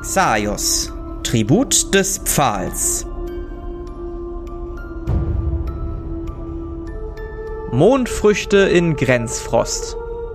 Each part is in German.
Xaios, Tribut des Pfahls. Mondfrüchte in Grenzfrost.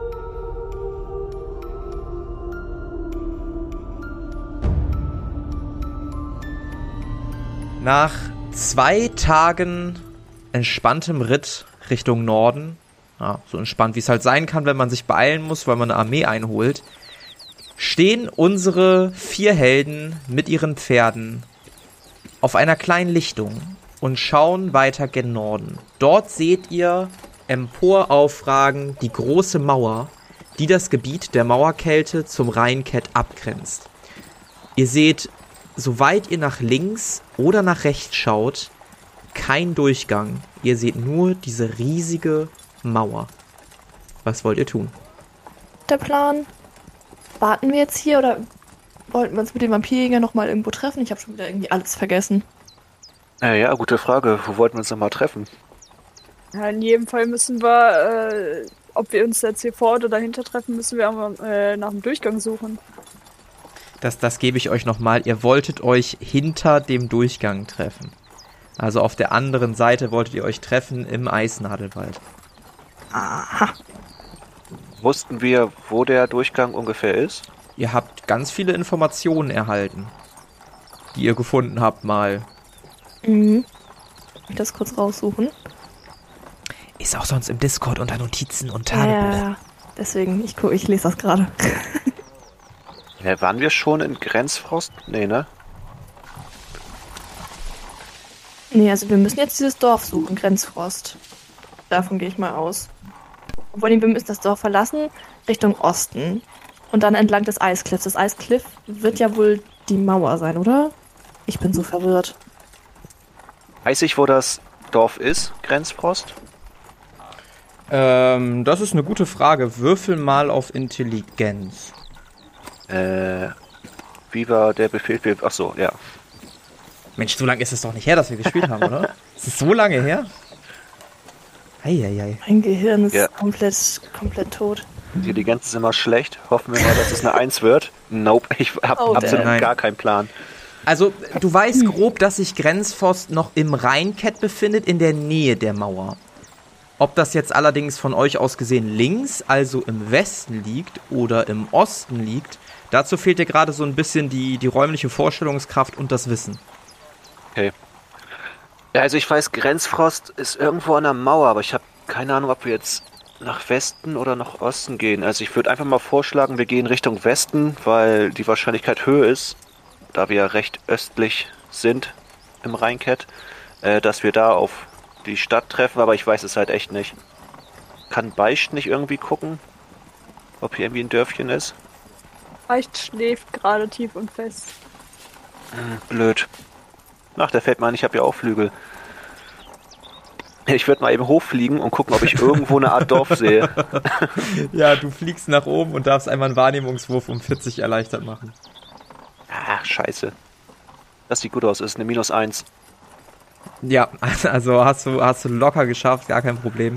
Nach 2 Tagen entspanntem Ritt Richtung Norden, ja, so entspannt wie es halt sein kann, wenn man sich beeilen muss, weil man eine Armee einholt, stehen unsere 4 Helden mit ihren Pferden auf einer kleinen Lichtung und schauen weiter gen Norden. Dort seht ihr empor aufragen die große Mauer, die das Gebiet der Mauerkälte zum Rheinkett abgrenzt. Ihr seht, soweit ihr nach links oder nach rechts schaut, kein Durchgang. Ihr seht nur diese riesige Mauer. Was wollt ihr tun? Der Plan. Warten wir jetzt hier oder wollten wir uns mit dem Vampirjäger nochmal irgendwo treffen? Ich habe schon wieder irgendwie alles vergessen. Ja, gute Frage. Wo wollten wir uns nochmal treffen? Ja, in jedem Fall müssen wir, ob wir uns jetzt hier vor oder dahinter treffen, müssen wir nach dem Durchgang suchen. Das gebe ich euch nochmal. Ihr wolltet euch hinter dem Durchgang treffen. Also auf der anderen Seite wolltet ihr euch treffen im Eisnadelwald. Aha. Wussten wir, wo der Durchgang ungefähr ist? Ihr habt ganz viele Informationen erhalten, die ihr gefunden habt mal. Mhm. Ich das kurz raussuchen. Ist auch sonst im Discord unter Notizen und Tagebuch. Ja, deswegen, ich lese das gerade. Ja, waren wir schon in Grenzfrost? Nee, ne? Nee, also wir müssen jetzt dieses Dorf suchen, Grenzfrost. Davon gehe ich mal aus. Obwohl, wir müssen das Dorf verlassen, Richtung Osten. Und dann entlang des Eiskliffs. Das Eiskliff wird ja wohl die Mauer sein, oder? Ich bin so verwirrt. Weiß ich, wo das Dorf ist, Grenzfrost? Das ist eine gute Frage. Würfel mal auf Intelligenz. Wie war der Befehl? Achso, ja. Mensch, so lange ist es doch nicht her, dass wir gespielt haben, oder? Ist es so lange her? Eieiei. Mein Gehirn ist komplett tot. Intelligenz ist immer schlecht. Hoffen wir mal, dass es eine 1 wird. Nope, ich hab absolut gar keinen Plan. Also, du weißt grob, dass sich Grenzfrost noch im Rheinkett befindet, in der Nähe der Mauer. Ob das jetzt allerdings von euch aus gesehen links, also im Westen liegt oder im Osten liegt, dazu fehlt dir gerade so ein bisschen die räumliche Vorstellungskraft und das Wissen. Okay. Ja, also ich weiß, Grenzfrost ist irgendwo an der Mauer, aber ich habe keine Ahnung, ob wir jetzt nach Westen oder nach Osten gehen. Also ich würde einfach mal vorschlagen, wir gehen Richtung Westen, weil die Wahrscheinlichkeit höher ist, da wir ja recht östlich sind im Rheinkett, dass wir da auf die Stadt treffen, aber ich weiß es halt echt nicht. Kann Beicht nicht irgendwie gucken, ob hier irgendwie ein Dörfchen ist? Beicht schläft gerade tief und fest. Blöd. Ach, der fällt mir ein, ich habe ja auch Flügel. Ich würde mal eben hochfliegen und gucken, ob ich irgendwo eine Art Dorf sehe. Ja, du fliegst nach oben und darfst einmal einen Wahrnehmungswurf um 40 erleichtert machen. Ach, scheiße. Das sieht gut aus, ist eine -1. Ja, also hast du locker geschafft, gar kein Problem.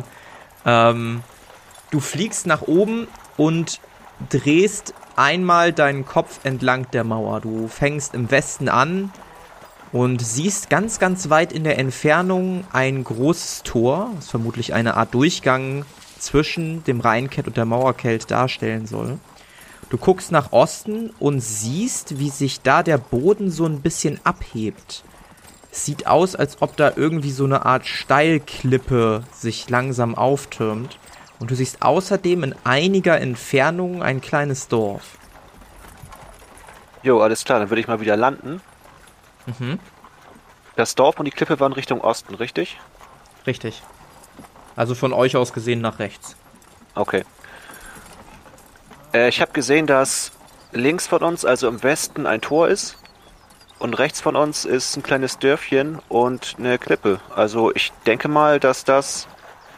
Du fliegst nach oben und drehst einmal deinen Kopf entlang der Mauer. Du fängst im Westen an und siehst ganz, ganz weit in der Entfernung ein großes Tor, das vermutlich eine Art Durchgang zwischen dem Rheinkett und der Mauerkälte darstellen soll. Du guckst nach Osten und siehst, wie sich da der Boden so ein bisschen abhebt. Es sieht aus, als ob da irgendwie so eine Art Steilklippe sich langsam auftürmt. Und du siehst außerdem in einiger Entfernung ein kleines Dorf. Jo, alles klar, dann würde ich mal wieder landen. Mhm. Das Dorf und die Klippe waren Richtung Osten, richtig? Richtig. Also von euch aus gesehen nach rechts. Okay. Ich habe gesehen, dass links von uns, also im Westen, ein Tor ist. Und rechts von uns ist ein kleines Dörfchen und eine Klippe. Also ich denke mal, dass das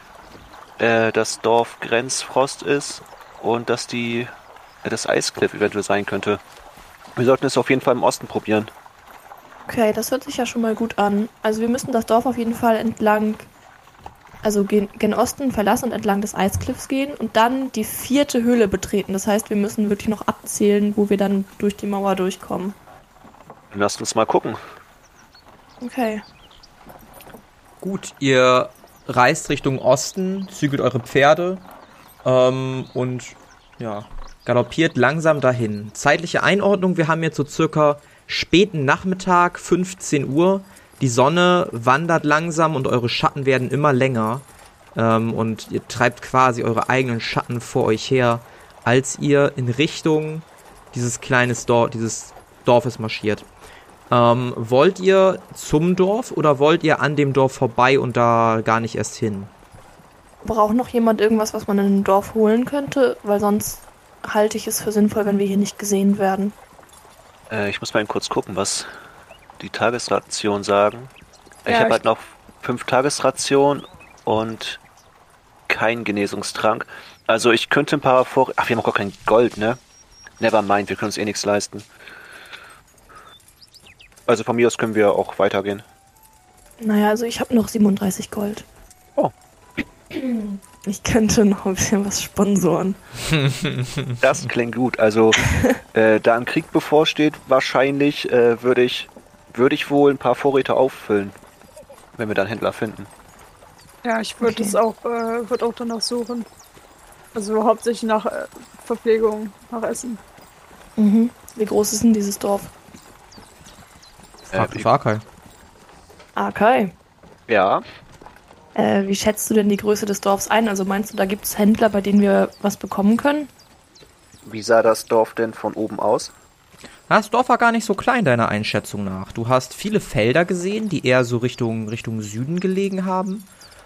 Dorf Grenzfrost ist und dass das Eiskliff eventuell sein könnte. Wir sollten es auf jeden Fall im Osten probieren. Okay, das hört sich ja schon mal gut an. Also wir müssen das Dorf auf jeden Fall entlang, also gen Osten verlassen und entlang des Eiskliffs gehen und dann die 4. Höhle betreten. Das heißt, wir müssen wirklich noch abzählen, wo wir dann durch die Mauer durchkommen. Lasst uns mal gucken. Okay. Gut, ihr reist Richtung Osten, zügelt eure Pferde und ja, galoppiert langsam dahin. Zeitliche Einordnung, wir haben jetzt so circa späten Nachmittag, 15 Uhr. Die Sonne wandert langsam und eure Schatten werden immer länger. Und ihr treibt quasi eure eigenen Schatten vor euch her, als ihr in Richtung dieses Dorfes marschiert. Wollt ihr zum Dorf oder wollt ihr an dem Dorf vorbei und da gar nicht erst hin? Braucht noch jemand irgendwas, was man in einem Dorf holen könnte? Weil sonst halte ich es für sinnvoll, wenn wir hier nicht gesehen werden. Ich muss mal eben kurz gucken, was die Tagesration sagen. Ich Ja, habe halt noch 5 Tagesrationen und keinen Genesungstrank. Also ich könnte ein paar Ach, wir haben auch gar kein Gold, ne? Nevermind, wir können uns eh nichts leisten. Also von mir aus können wir auch weitergehen. Naja, also ich habe noch 37 Gold. Oh. Ich könnte noch ein bisschen was sponsoren. Das klingt gut. Also da ein Krieg bevorsteht, wahrscheinlich würde ich wohl ein paar Vorräte auffüllen, wenn wir dann Händler finden. Ja, ich würde Okay. es auch, würde auch danach suchen. Also hauptsächlich nach Verpflegung, nach Essen. Mhm. Wie groß ist denn dieses Dorf? Frag Farkai. Okay. Ja, Wie schätzt du denn die Größe des Dorfs ein? Also meinst du, da gibt es Händler, bei denen wir was bekommen können? wie sah das Dorf denn von oben aus? Das Dorf war gar nicht so klein, deiner Einschätzung nach. Du hast viele Felder gesehen, die eher so Richtung Süden gelegen haben.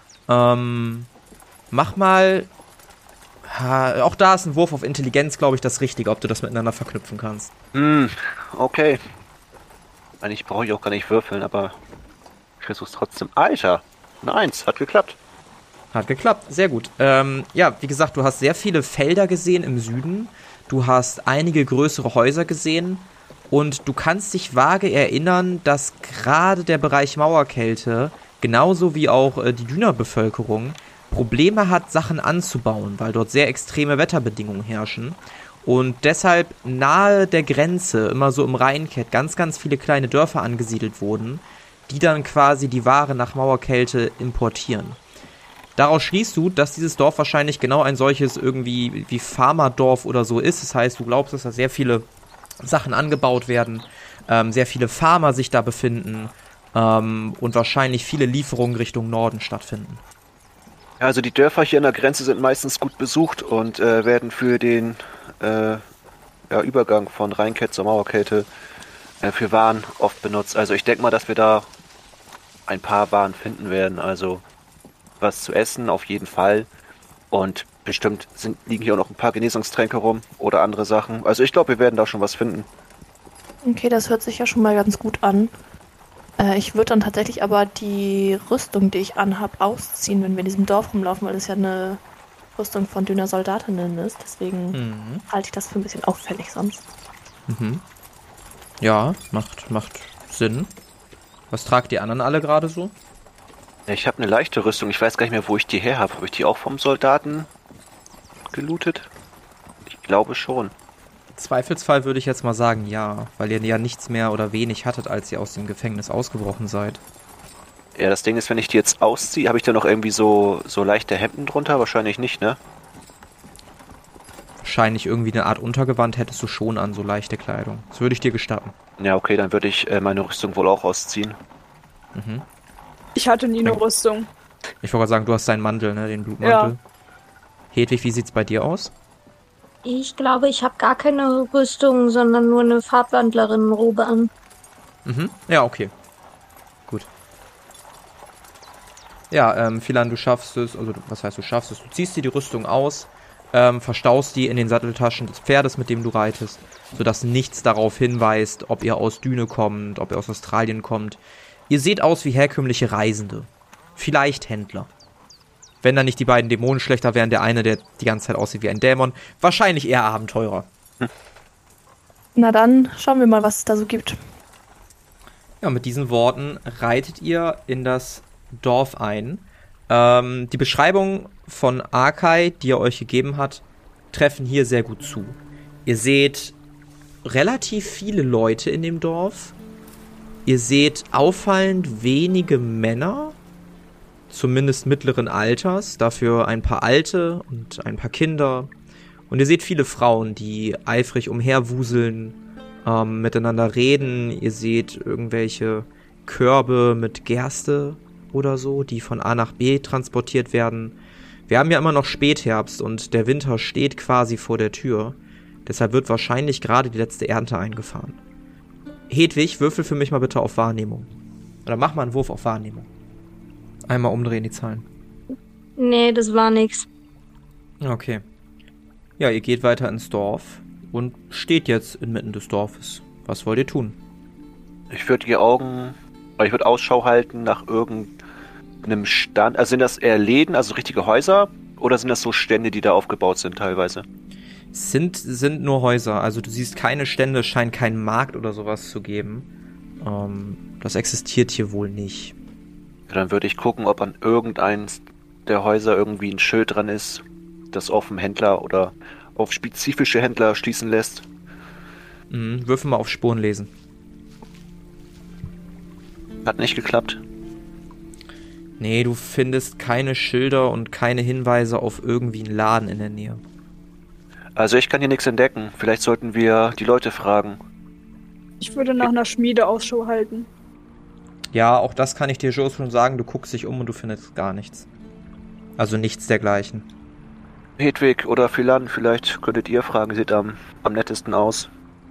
Mach mal... auch da ist ein Wurf auf Intelligenz, glaube ich, das Richtige, ob du das miteinander verknüpfen kannst. Okay. Eigentlich brauche ich auch gar nicht würfeln, aber ich versuch's trotzdem. Alter, Neins, hat geklappt. Hat geklappt, sehr gut. Ja, wie gesagt, du hast sehr viele Felder gesehen im Süden. Du hast einige größere Häuser gesehen. Und du kannst dich vage erinnern, dass gerade der Bereich Mauerkälte, genauso wie auch die Dünnerbevölkerung, Probleme hat, Sachen anzubauen, weil dort sehr extreme Wetterbedingungen herrschen. Und deshalb nahe der Grenze, immer so im Rheinkett, ganz, ganz viele kleine Dörfer angesiedelt wurden, die dann quasi die Ware nach Mauerkälte importieren. Daraus schließt du, dass dieses Dorf wahrscheinlich genau ein solches irgendwie wie Farmerdorf oder so ist. Das heißt, du glaubst, dass da sehr viele Sachen angebaut werden, sehr viele Farmer sich da befinden und wahrscheinlich viele Lieferungen Richtung Norden stattfinden. Also die Dörfer hier an der Grenze sind meistens gut besucht und werden für den Übergang von Rheinkälte zur Mauerkälte für Waren oft benutzt. Also ich denke mal, dass wir da ein paar Waren finden werden. Also was zu essen auf jeden Fall. Und bestimmt liegen hier auch noch ein paar Genesungstränke rum oder andere Sachen. Also ich glaube, wir werden da schon was finden. Okay, das hört sich ja schon mal ganz gut an. Ich würde dann tatsächlich aber die Rüstung, die ich anhab, ausziehen, wenn wir in diesem Dorf rumlaufen, weil das ja eine Rüstung von dünner Soldatinnen ist. Deswegen halte ich das für ein bisschen auffällig sonst. Ja, macht Sinn. Was tragt die anderen alle gerade so? Ich habe eine leichte Rüstung. Ich weiß gar nicht mehr, wo ich die her habe. Habe ich die auch vom Soldaten gelootet? Ich glaube schon. Im Zweifelsfall würde ich jetzt mal sagen, ja, weil ihr ja nichts mehr oder wenig hattet, als ihr aus dem Gefängnis ausgebrochen seid. Ja, das Ding ist, wenn ich die jetzt ausziehe, habe ich da noch irgendwie so leichte Hemden drunter? Wahrscheinlich nicht, ne? Wahrscheinlich irgendwie eine Art Untergewand hättest du schon an, so leichte Kleidung. Das würde ich dir gestatten. Ja, okay, dann würde ich meine Rüstung wohl auch ausziehen. Ich hatte nie eine Ja. Rüstung. Ich wollte gerade sagen, du hast deinen Mantel, ne, den Blutmantel. Hedwig, wie sieht's bei dir aus? Ich glaube, ich habe gar keine Rüstung, sondern nur eine Farbwandlerinnenrobe an. Ja, okay. Gut. Ja, Philan, du schaffst es, also was heißt du schaffst es? Du ziehst dir die Rüstung aus, verstaust die in den Satteltaschen des Pferdes, mit dem du reitest, sodass nichts darauf hinweist, ob ihr aus Düne kommt, ob ihr aus Australien kommt. Ihr seht aus wie herkömmliche Reisende. Vielleicht Händler. Wenn da nicht die beiden Dämonen schlechter wären, der eine, der die ganze Zeit aussieht wie ein Dämon, wahrscheinlich eher Abenteurer. Na dann, schauen wir mal, was es da so gibt. Ja, mit diesen Worten reitet ihr in das Dorf ein. Die Beschreibung von Arkai, die er euch gegeben hat, treffen hier sehr gut zu. Ihr seht relativ viele Leute in dem Dorf. Ihr seht auffallend wenige Männer, zumindest mittleren Alters, dafür ein paar Alte und ein paar Kinder. Und ihr seht viele Frauen, die eifrig umherwuseln, miteinander reden. Ihr seht irgendwelche Körbe mit Gerste oder so, die von A nach B transportiert werden. Wir haben ja immer noch Spätherbst und der Winter steht quasi vor der Tür. Deshalb wird wahrscheinlich gerade die letzte Ernte eingefahren. Hedwig, würfel für mich mal bitte auf Wahrnehmung. Oder mach mal einen Wurf auf Wahrnehmung. Einmal umdrehen die Zahlen. Nee, das war nix. Okay. Ja, ihr geht weiter ins Dorf und steht jetzt inmitten des Dorfes. Was wollt ihr tun? Ich würde Ausschau halten nach irgendeinem Stand. Also sind das eher Läden, also richtige Häuser? Oder sind das so Stände, die da aufgebaut sind teilweise? Sind nur Häuser. Also du siehst keine Stände, es scheint keinen Markt oder sowas zu geben. Das existiert hier wohl nicht. Ja, dann würde ich gucken, ob an irgendeins der Häuser irgendwie ein Schild dran ist, das auf den Händler oder auf spezifische Händler schließen lässt. Würfel mal auf Spuren lesen. Hat nicht geklappt. Nee, du findest keine Schilder und keine Hinweise auf irgendwie einen Laden in der Nähe. Also ich kann hier nichts entdecken. Vielleicht sollten wir die Leute fragen. Ich würde nach einer Schmiede Ausschau halten. Ja, auch das kann ich dir schon sagen. Du guckst dich um und du findest gar nichts. Also nichts dergleichen. Hedwig oder Philan, vielleicht könntet ihr fragen. Sieht am nettesten aus.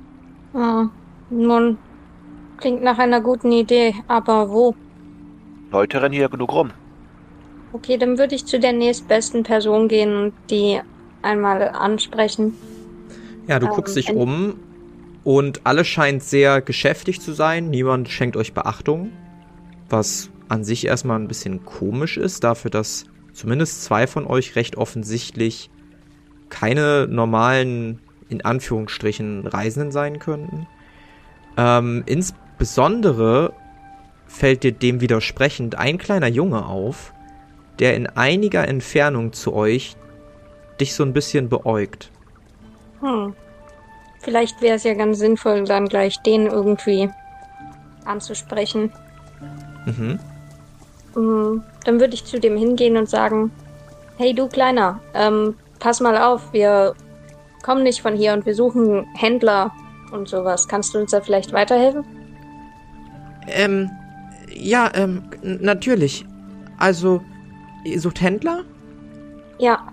Nun, klingt nach einer guten Idee, aber wo? Leute rennen hier genug rum. Okay, dann würde ich zu der nächstbesten Person gehen und die einmal ansprechen. Ja, du guckst dich um und alles scheint sehr geschäftig zu sein. Niemand schenkt euch Beachtung, was an sich erstmal ein bisschen komisch ist, dafür, dass zumindest 2 von euch recht offensichtlich keine normalen, in Anführungsstrichen, Reisenden sein könnten. Insbesondere fällt dir dem widersprechend ein kleiner Junge auf, der in einiger Entfernung zu euch dich so ein bisschen beäugt. Vielleicht wäre es ja ganz sinnvoll, dann gleich den irgendwie anzusprechen. Dann würde ich zu dem hingehen und sagen, hey du Kleiner, pass mal auf, wir kommen nicht von hier und wir suchen Händler und sowas. Kannst du uns da vielleicht weiterhelfen? Natürlich. Also, ihr sucht Händler? Ja.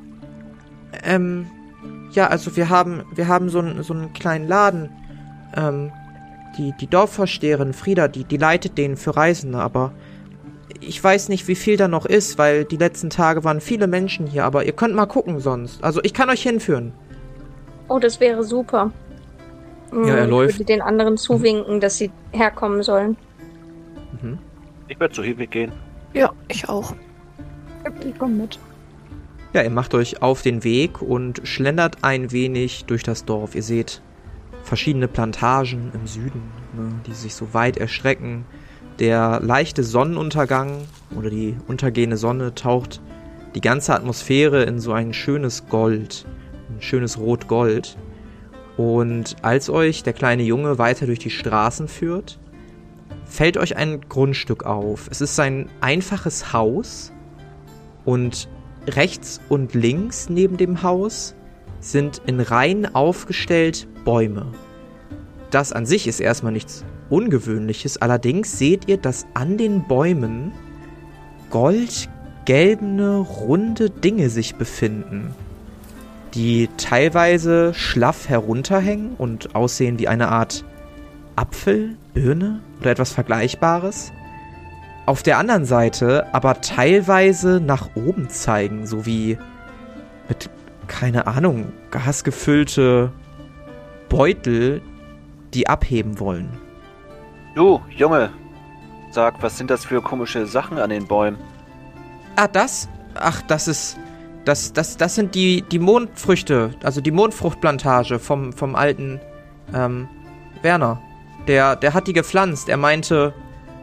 Ja, also wir haben so einen kleinen Laden. Die Dorfvorsteherin Frieda, die leitet den für Reisende, aber ich weiß nicht, wie viel da noch ist, weil die letzten Tage waren viele Menschen hier, aber ihr könnt mal gucken sonst. Also ich kann euch hinführen. Oh, das wäre super. Ja, er läuft. Ich würde den anderen zuwinken, dass sie herkommen sollen. Ich würde zu Hedwig gehen. Ja, ich auch. Ich komme mit. Ja, ihr macht euch auf den Weg und schlendert ein wenig durch das Dorf. Ihr seht verschiedene Plantagen im Süden, die sich so weit erstrecken. Der leichte Sonnenuntergang oder die untergehende Sonne taucht die ganze Atmosphäre in so ein schönes Gold, ein schönes Rot-Gold. Und als euch der kleine Junge weiter durch die Straßen führt, fällt euch ein Grundstück auf. Es ist ein einfaches Haus und rechts und links neben dem Haus sind in Reihen aufgestellt Bäume. Das an sich ist erstmal nichts Ungewöhnliches, allerdings seht ihr, dass an den Bäumen goldgelbene, runde Dinge sich befinden, die teilweise schlaff herunterhängen und aussehen wie eine Art Apfel, Birne oder etwas Vergleichbares. Auf der anderen Seite aber teilweise nach oben zeigen, sowie mit, keine Ahnung, gasgefüllte Beutel, die abheben wollen. Du, Junge, sag, was sind das für komische Sachen an den Bäumen? Das sind die Mondfrüchte, also die Mondfruchtplantage vom alten Werner. Der hat die gepflanzt. Er meinte,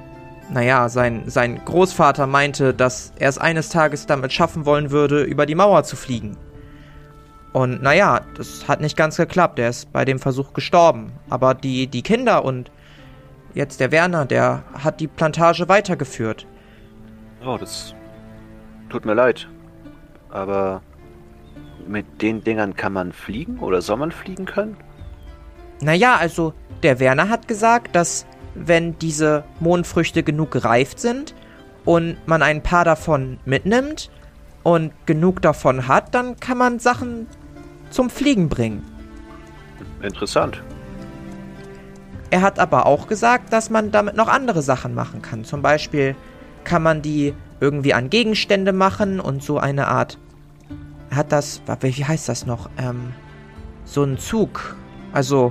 sein Großvater meinte, dass er es eines Tages damit schaffen wollen würde, über die Mauer zu fliegen. Und das hat nicht ganz geklappt. Er ist bei dem Versuch gestorben. Aber die Kinder und jetzt der Werner, der hat die Plantage weitergeführt. Oh, das tut mir leid. Aber mit den Dingern kann man fliegen oder soll man fliegen können? Naja, also der Werner hat gesagt, dass wenn diese Mohnfrüchte genug gereift sind und man ein paar davon mitnimmt und genug davon hat, dann kann man Sachen zum Fliegen bringen. Interessant. Er hat aber auch gesagt, dass man damit noch andere Sachen machen kann. Zum Beispiel kann man die irgendwie an Gegenstände machen und so eine Art... wie heißt das noch? So ein Zug. Also...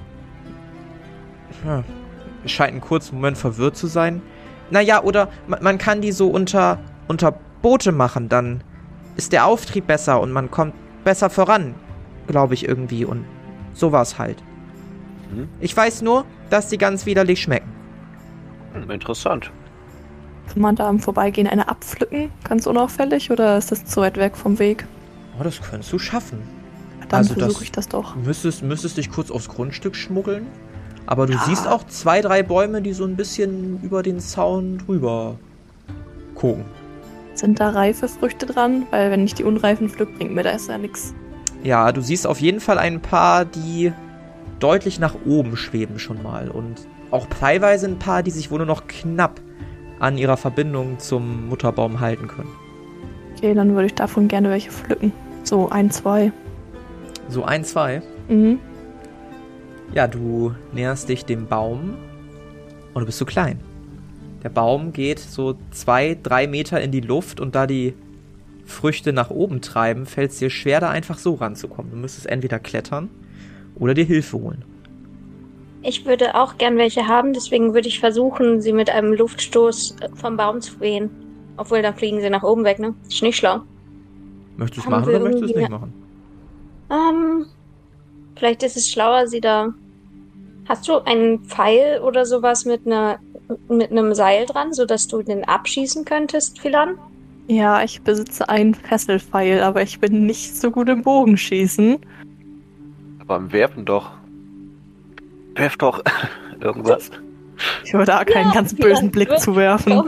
scheint einen kurzen Moment verwirrt zu sein. Naja, oder man kann die so unter Boote machen, dann ist der Auftrieb besser und man kommt besser voran, glaube ich irgendwie. Und sowas halt. Ich weiß nur, dass die ganz widerlich schmecken. Interessant. Kann man da im Vorbeigehen eine abpflücken? Ganz unauffällig oder ist das zu weit weg vom Weg? Oh, das könntest du schaffen. Dann Also versuche ich das doch. Müsstest dich kurz aufs Grundstück schmuggeln. Aber du siehst auch 2, 3 Bäume, die so ein bisschen über den Zaun drüber gucken. Sind da reife Früchte dran? Weil wenn ich die unreifen pflück, bringt mir das ja nichts. Ja, du siehst auf jeden Fall ein paar, die deutlich nach oben schweben schon mal. Und auch teilweise ein paar, die sich wohl nur noch knapp an ihrer Verbindung zum Mutterbaum halten können. Okay, dann würde ich davon gerne welche pflücken. So 1, 2. So 1, 2? Mhm. Ja, du näherst dich dem Baum und du bist so klein. Der Baum geht so 2, 3 Meter in die Luft und da die Früchte nach oben treiben, fällt es dir schwer, da einfach so ranzukommen. Du müsstest entweder klettern oder dir Hilfe holen. Ich würde auch gern welche haben, deswegen würde ich versuchen, sie mit einem Luftstoß vom Baum zu wehen. Obwohl, dann fliegen sie nach oben weg, ne? Ist nicht schlau. Möchtest du es Haben machen wir oder möchtest du es nicht irgendwie machen? Vielleicht ist es schlauer, sie da... Hast du einen Pfeil oder sowas mit einem Seil dran, sodass du den abschießen könntest, Philan? Ja, ich besitze einen Fesselpfeil, aber ich bin nicht so gut im Bogenschießen. Aber im Werfen doch. Werf doch irgendwas. Ich würde da keinen ganz bösen Blick zu werfen.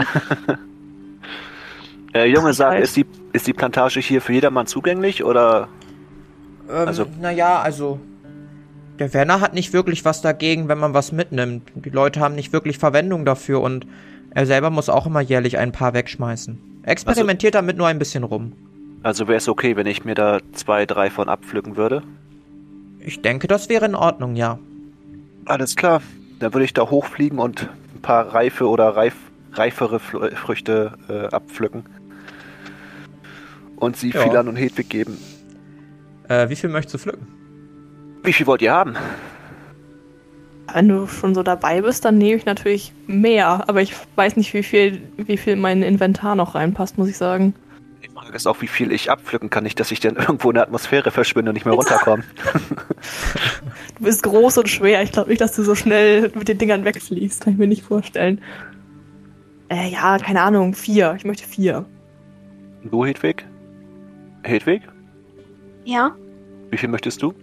Junge, sag, ist die Plantage hier für jedermann zugänglich oder? Naja, der Werner hat nicht wirklich was dagegen, wenn man was mitnimmt. Die Leute haben nicht wirklich Verwendung dafür und er selber muss auch immer jährlich ein paar wegschmeißen. Experimentiert damit nur ein bisschen rum. Also wäre es okay, wenn ich mir da 2, 3 von abpflücken würde? Ich denke, das wäre in Ordnung, ja. Alles klar. Dann würde ich da hochfliegen und ein paar reife oder reifere Früchte abpflücken. Und sie Philan und Hedwig geben. Wie viel möchtest du pflücken? Wie viel wollt ihr haben? Wenn du schon so dabei bist, dann nehme ich natürlich mehr. Aber ich weiß nicht, wie viel mein Inventar noch reinpasst, muss ich sagen. Die Frage ist auch, wie viel ich abpflücken kann. Nicht, dass ich dann irgendwo in der Atmosphäre verschwinde und nicht mehr runterkomme. Du bist groß und schwer. Ich glaube nicht, dass du so schnell mit den Dingern wegfliegst. Kann ich mir nicht vorstellen. Ja, keine Ahnung. 4. Ich möchte 4. Du, Hedwig? Hedwig? Ja. Wie viel möchtest du?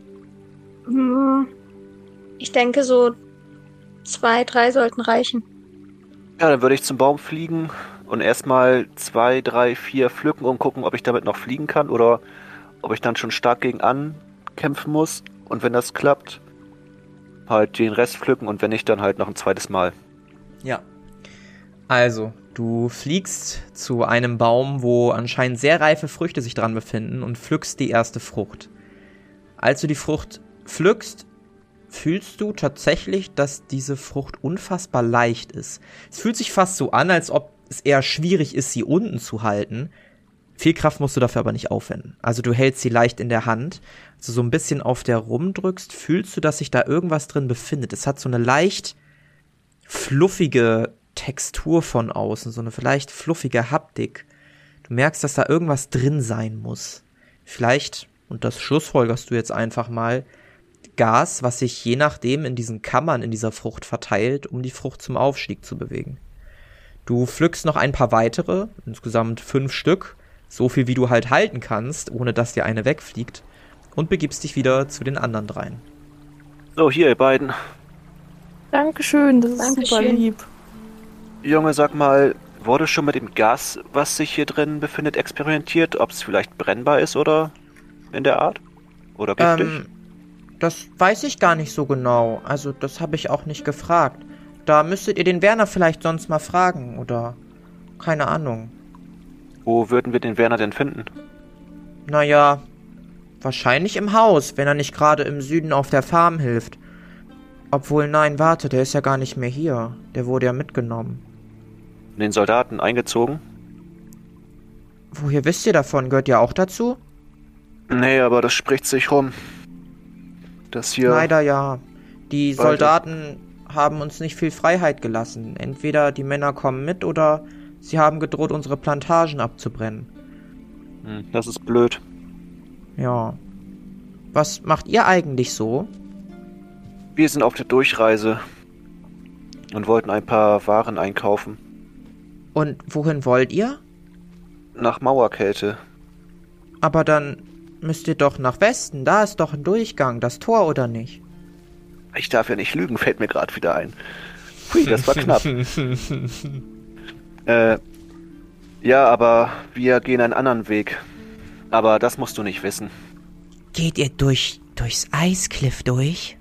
Ich denke, so 2, 3 sollten reichen. Ja, dann würde ich zum Baum fliegen und erstmal 2, 3, 4 pflücken und gucken, ob ich damit noch fliegen kann oder ob ich dann schon stark gegen ankämpfen muss. Und wenn das klappt, halt den Rest pflücken und wenn nicht, dann halt noch ein zweites Mal. Ja. Also, du fliegst zu einem Baum, wo anscheinend sehr reife Früchte sich dran befinden und pflückst die erste Frucht. Als du die Frucht pflückst, fühlst du tatsächlich, dass diese Frucht unfassbar leicht ist. Es fühlt sich fast so an, als ob es eher schwierig ist, sie unten zu halten. Viel Kraft musst du dafür aber nicht aufwenden. Also du hältst sie leicht in der Hand. Als du so ein bisschen auf der rumdrückst, fühlst du, dass sich da irgendwas drin befindet. Es hat so eine leicht fluffige Textur von außen, so eine vielleicht fluffige Haptik. Du merkst, dass da irgendwas drin sein muss. Vielleicht, und das schlussfolgerst du jetzt einfach mal, Gas, was sich je nachdem in diesen Kammern in dieser Frucht verteilt, um die Frucht zum Aufstieg zu bewegen. Du pflückst noch ein paar weitere, insgesamt 5 Stück, so viel wie du halt halten kannst, ohne dass dir eine wegfliegt, und begibst dich wieder zu den anderen 3. So, hier, ihr beiden. Dankeschön, das ist super Dankeschön. lieb. Junge, sag mal, wurde schon mit dem Gas, was sich hier drin befindet, experimentiert? Ob es vielleicht brennbar ist oder in der Art? Oder giftig? Das weiß ich gar nicht so genau. Also, das habe ich auch nicht gefragt. Da müsstet ihr den Werner vielleicht sonst mal fragen, oder keine Ahnung. Wo würden wir den Werner denn finden? Naja, wahrscheinlich im Haus, wenn er nicht gerade im Süden auf der Farm hilft. Obwohl, nein, warte, der ist ja gar nicht mehr hier. Der wurde ja mitgenommen. Den Soldaten eingezogen? Woher wisst ihr davon? Gehört ihr auch dazu? Nee, aber das spricht sich rum. Das hier... Leider ja. Die Beide. Soldaten haben uns nicht viel Freiheit gelassen. Entweder die Männer kommen mit oder sie haben gedroht, unsere Plantagen abzubrennen. Das ist blöd. Ja. Was macht ihr eigentlich so? Wir sind auf der Durchreise und wollten ein paar Waren einkaufen. Und wohin wollt ihr? Nach Mauerkälte. Aber dann müsst ihr doch nach Westen. Da ist doch ein Durchgang, das Tor, oder nicht? Ich darf ja nicht lügen, fällt mir gerade wieder ein. Hui, das war knapp. Ja, aber wir gehen einen anderen Weg. Aber das musst du nicht wissen. Geht ihr durchs Eiskliff durch?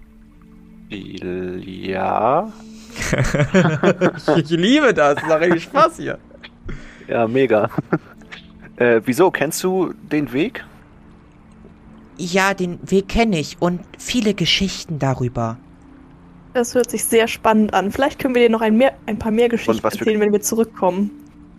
Ja? Ich liebe das, das macht richtig Spaß hier. Ja, mega. Wieso? Kennst du den Weg? Ja, den Weg kenne ich und viele Geschichten darüber. Das hört sich sehr spannend an. Vielleicht können wir dir noch ein paar mehr Geschichten was für- erzählen, wenn wir zurückkommen.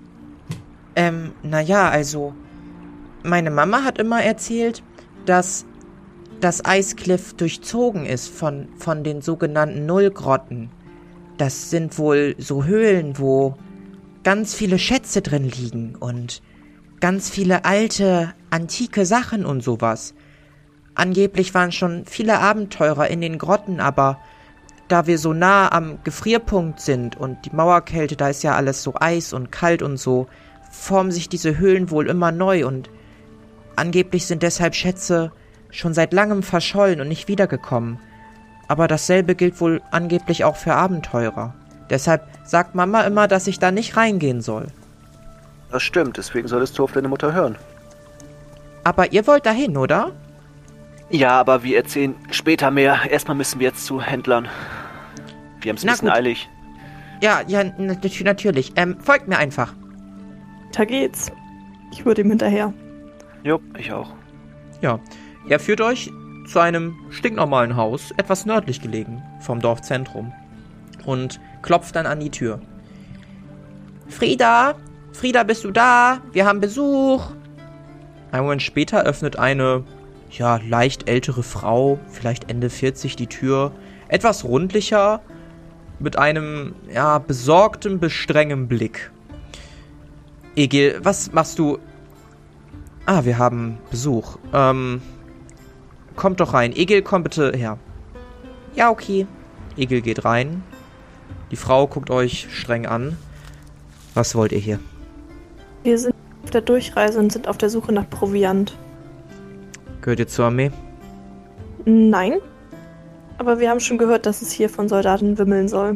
Naja, also, meine Mama hat immer erzählt, dass das Eiskliff durchzogen ist von den sogenannten Nullgrotten. Das sind wohl so Höhlen, wo ganz viele Schätze drin liegen und ganz viele alte, antike Sachen und sowas. Angeblich waren schon viele Abenteurer in den Grotten, aber da wir so nah am Gefrierpunkt sind und die Mauerkälte, da ist ja alles so Eis und kalt und so, formen sich diese Höhlen wohl immer neu und angeblich sind deshalb Schätze schon seit langem verschollen und nicht wiedergekommen. Aber dasselbe gilt wohl angeblich auch für Abenteurer. Deshalb sagt Mama immer, dass ich da nicht reingehen soll. Das stimmt, deswegen solltest du auf deine Mutter hören. Aber ihr wollt dahin, oder? Ja, aber wir erzählen später mehr. Erstmal müssen wir jetzt zu Händlern. Wir haben es ein Na bisschen gut. eilig. Ja, natürlich. Folgt mir einfach. Da geht's. Ich würde ihm hinterher. Jo, ich auch. Ja, er führt euch zu einem stinknormalen Haus, etwas nördlich gelegen vom Dorfzentrum und klopft dann an die Tür. Frieda, bist du da? Wir haben Besuch. Einen Moment später öffnet eine, leicht ältere Frau, vielleicht Ende 40, die Tür, etwas rundlicher, mit einem, besorgtem, bestrengem Blick. Egil, was machst du? Ah, wir haben Besuch. Kommt doch rein. Egil, komm bitte her. Ja, okay. Egil geht rein. Die Frau guckt euch streng an. Was wollt ihr hier? Wir sind auf der Durchreise und sind auf der Suche nach Proviant. Gehört ihr zur Armee? Nein. Aber wir haben schon gehört, dass es hier von Soldaten wimmeln soll.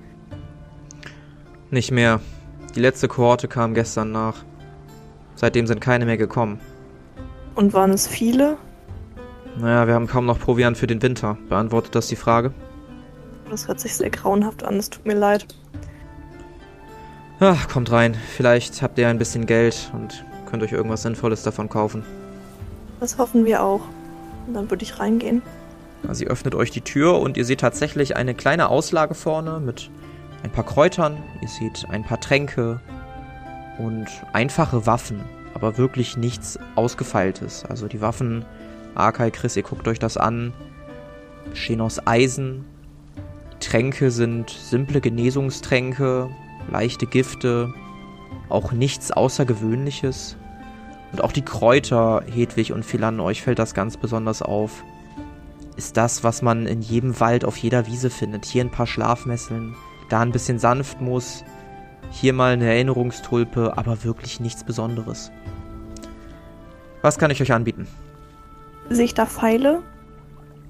Nicht mehr. Die letzte Kohorte kam gestern nach. Seitdem sind keine mehr gekommen. Und waren es viele? Naja, wir haben kaum noch Proviant für den Winter. Beantwortet das die Frage? Das hört sich sehr grauenhaft an, es tut mir leid. Ach, kommt rein. Vielleicht habt ihr ein bisschen Geld und könnt euch irgendwas Sinnvolles davon kaufen. Das hoffen wir auch. Und dann würde ich reingehen. Sie öffnet euch die Tür und ihr seht tatsächlich eine kleine Auslage vorne mit ein paar Kräutern. Ihr seht ein paar Tränke und einfache Waffen, aber wirklich nichts Ausgefeiltes. Also die Waffen, Arkai, Chris, ihr guckt euch das an, bestehen aus Eisen. Die Tränke sind simple Genesungstränke, leichte Gifte, auch nichts Außergewöhnliches. Und auch die Kräuter, Hedwig und Philan, euch fällt das ganz besonders auf, ist das, was man in jedem Wald auf jeder Wiese findet. Hier ein paar Schlafnesseln, da ein bisschen Sanftmus, hier mal eine Erinnerungstulpe, aber wirklich nichts Besonderes. Was kann ich euch anbieten? Sehe ich da Pfeile?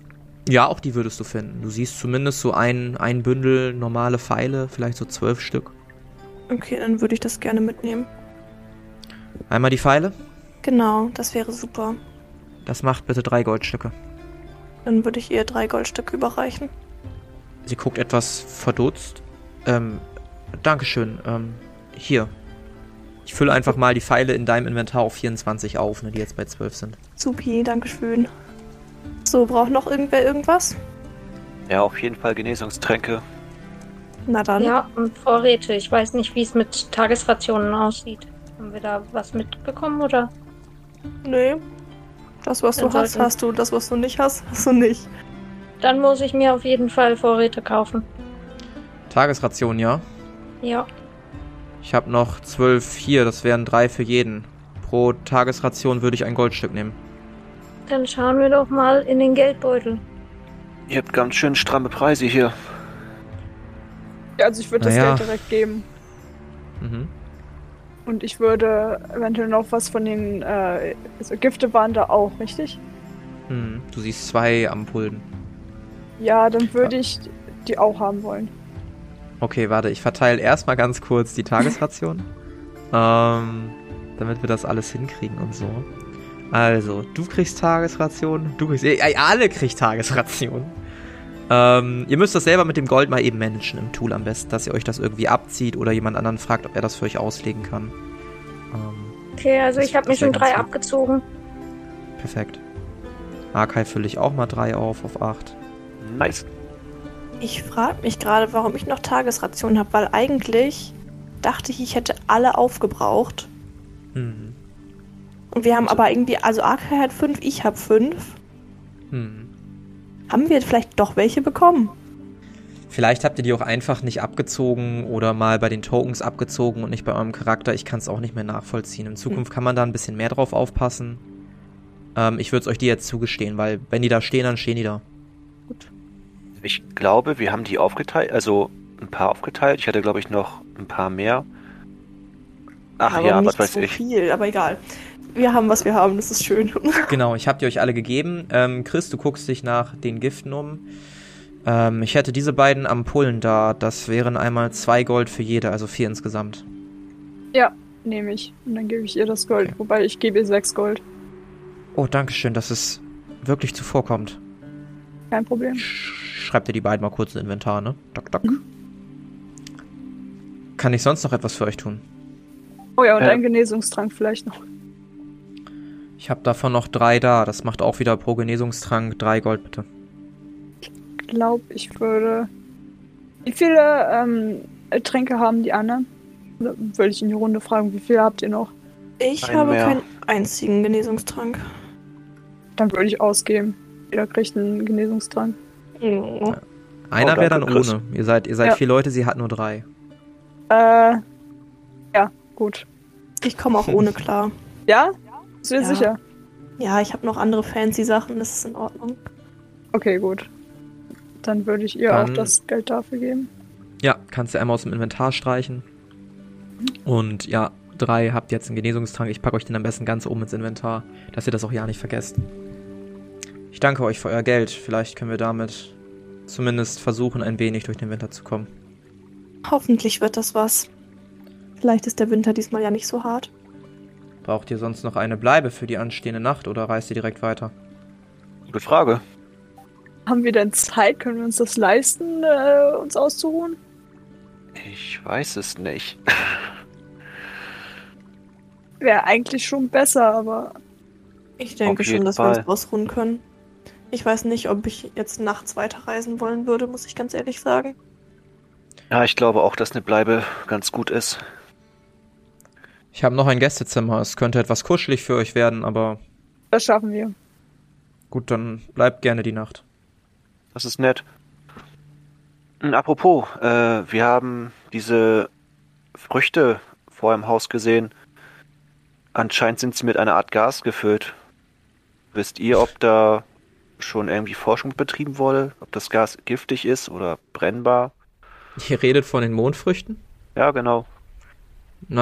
Ja, auch die würdest du finden. Du siehst zumindest so ein Bündel normale Pfeile, vielleicht so 12 Stück. Okay, dann würde ich das gerne mitnehmen. Einmal die Pfeile. Genau, das wäre super. Das macht bitte 3 Goldstücke. Dann würde ich ihr 3 Goldstücke überreichen. Sie guckt etwas verdutzt. Dankeschön. Hier. Ich fülle einfach mal die Pfeile in deinem Inventar auf 24 auf, ne, die jetzt bei 12 sind. Supi, dankeschön. So, braucht noch irgendwer irgendwas? Ja, auf jeden Fall Genesungstränke. Na dann. Ja, und Vorräte. Ich weiß nicht, wie es mit Tagesrationen aussieht. Haben wir da was mitbekommen, oder? Nee. Das, was Dann du hast, sollten- hast du. Das, was du nicht hast, hast du nicht. Dann muss ich mir auf jeden Fall Vorräte kaufen. Tagesration, ja? Ja. Ich habe noch 12 hier, das wären 3 für jeden. Pro Tagesration würde ich ein Goldstück nehmen. Dann schauen wir doch mal in den Geldbeutel. Ihr habt ganz schön stramme Preise hier. Ja, also ich würde das Naja. Geld direkt geben. Mhm. Und ich würde eventuell noch was von den also Gifte waren da auch, richtig? Du siehst 2 Ampullen. Ja, dann würde ich die auch haben wollen. Okay, warte, ich verteile erstmal ganz kurz die Tagesration. Damit wir das alles hinkriegen und so. Also, du kriegst Tagesration, du kriegst... alle kriegt Tagesration. Ihr müsst das selber mit dem Gold mal eben managen im Tool am besten, dass ihr euch das irgendwie abzieht oder jemand anderen fragt, ob er das für euch auslegen kann. Okay, also ich habe mir das wär schon ganz 3 gut. abgezogen. Perfekt. Archive fülle ich auch mal 3 auf 8. Nice. Ich frage mich gerade, warum ich noch Tagesration habe, weil eigentlich dachte ich hätte alle aufgebraucht. Mhm. Und wir haben aber irgendwie, also Arkai hat 5, ich habe 5. Haben wir vielleicht doch welche bekommen? Vielleicht habt ihr die auch einfach nicht abgezogen oder mal bei den Tokens abgezogen und nicht bei eurem Charakter. Ich kann es auch nicht mehr nachvollziehen. In Zukunft kann man da ein bisschen mehr drauf aufpassen. Ich würde es euch die jetzt zugestehen, weil wenn die da stehen, dann stehen die da. Ich glaube, wir haben die aufgeteilt, also ein paar aufgeteilt. Ich hatte, glaube ich, noch ein paar mehr. Ach aber ja, nicht was weiß so ich. viel, aber egal. Wir haben, was wir haben, das ist schön. Genau, ich habe die euch alle gegeben. Chris, du guckst dich nach den Giften um. Ich hätte diese beiden Ampullen da. Das wären einmal 2 Gold für jede, also 4 insgesamt. Ja, nehme ich. Und dann gebe ich ihr das Gold. Okay. Wobei ich gebe ihr 6 Gold. Oh, danke schön, dass es wirklich zuvorkommt. Kein Problem. Schreibt ihr die beiden mal kurz ins Inventar, ne? Dock, dock. Kann ich sonst noch etwas für euch tun? Oh ja, und ein Genesungstrank vielleicht noch. Ich habe davon noch 3 da. Das macht auch wieder pro Genesungstrank 3 Gold, bitte. Ich glaube, ich würde... Wie viele Tränke haben die anderen? Oder würde ich in die Runde fragen, wie viele habt ihr noch? Ich Einen habe mehr. keinen einzigen Genesungstrank. Dann würde ich ausgeben. Jeder kriegt einen Genesungstrank. Oh. Einer wäre dann danke, Chris. ohne. Ihr seid Ja. 4 Leute, sie hat nur 3. Ja, gut. Ich komme auch ohne klar. Ja? Bist du dir Ja. sicher? Ja, ich habe noch andere fancy Sachen, das ist in Ordnung. Okay, gut. Dann würde ich ihr Dann- auch das Geld dafür geben. Ja, kannst du einmal aus dem Inventar streichen. Und ja, 3 habt jetzt einen Genesungstrank. Ich packe euch den am besten ganz oben ins Inventar, dass ihr das auch ja nicht vergesst. Ich danke euch für euer Geld. Vielleicht können wir damit zumindest versuchen, ein wenig durch den Winter zu kommen. Hoffentlich wird das was. Vielleicht ist der Winter diesmal ja nicht so hart. Braucht ihr sonst noch eine Bleibe für die anstehende Nacht oder reist ihr direkt weiter? Gute Frage. Haben wir denn Zeit? Können wir uns das leisten, uns auszuruhen? Ich weiß es nicht. Wäre eigentlich schon besser, aber Ich denke Auf schon, jeden dass wir uns Fall. ausruhen können. Ich weiß nicht, ob ich jetzt nachts weiterreisen wollen würde, muss ich ganz ehrlich sagen. Ja, ich glaube auch, dass eine Bleibe ganz gut ist. Ich habe noch ein Gästezimmer. Es könnte etwas kuschelig für euch werden, aber das schaffen wir. gut, dann bleibt gerne die Nacht. Das ist nett. Apropos, wir haben diese Früchte vor im Haus gesehen. Anscheinend sind sie mit einer Art Gas gefüllt. Wisst ihr, ob da schon irgendwie Forschung betrieben wurde? Ob das Gas giftig ist oder brennbar? Ihr redet von den Mondfrüchten? Ja, genau.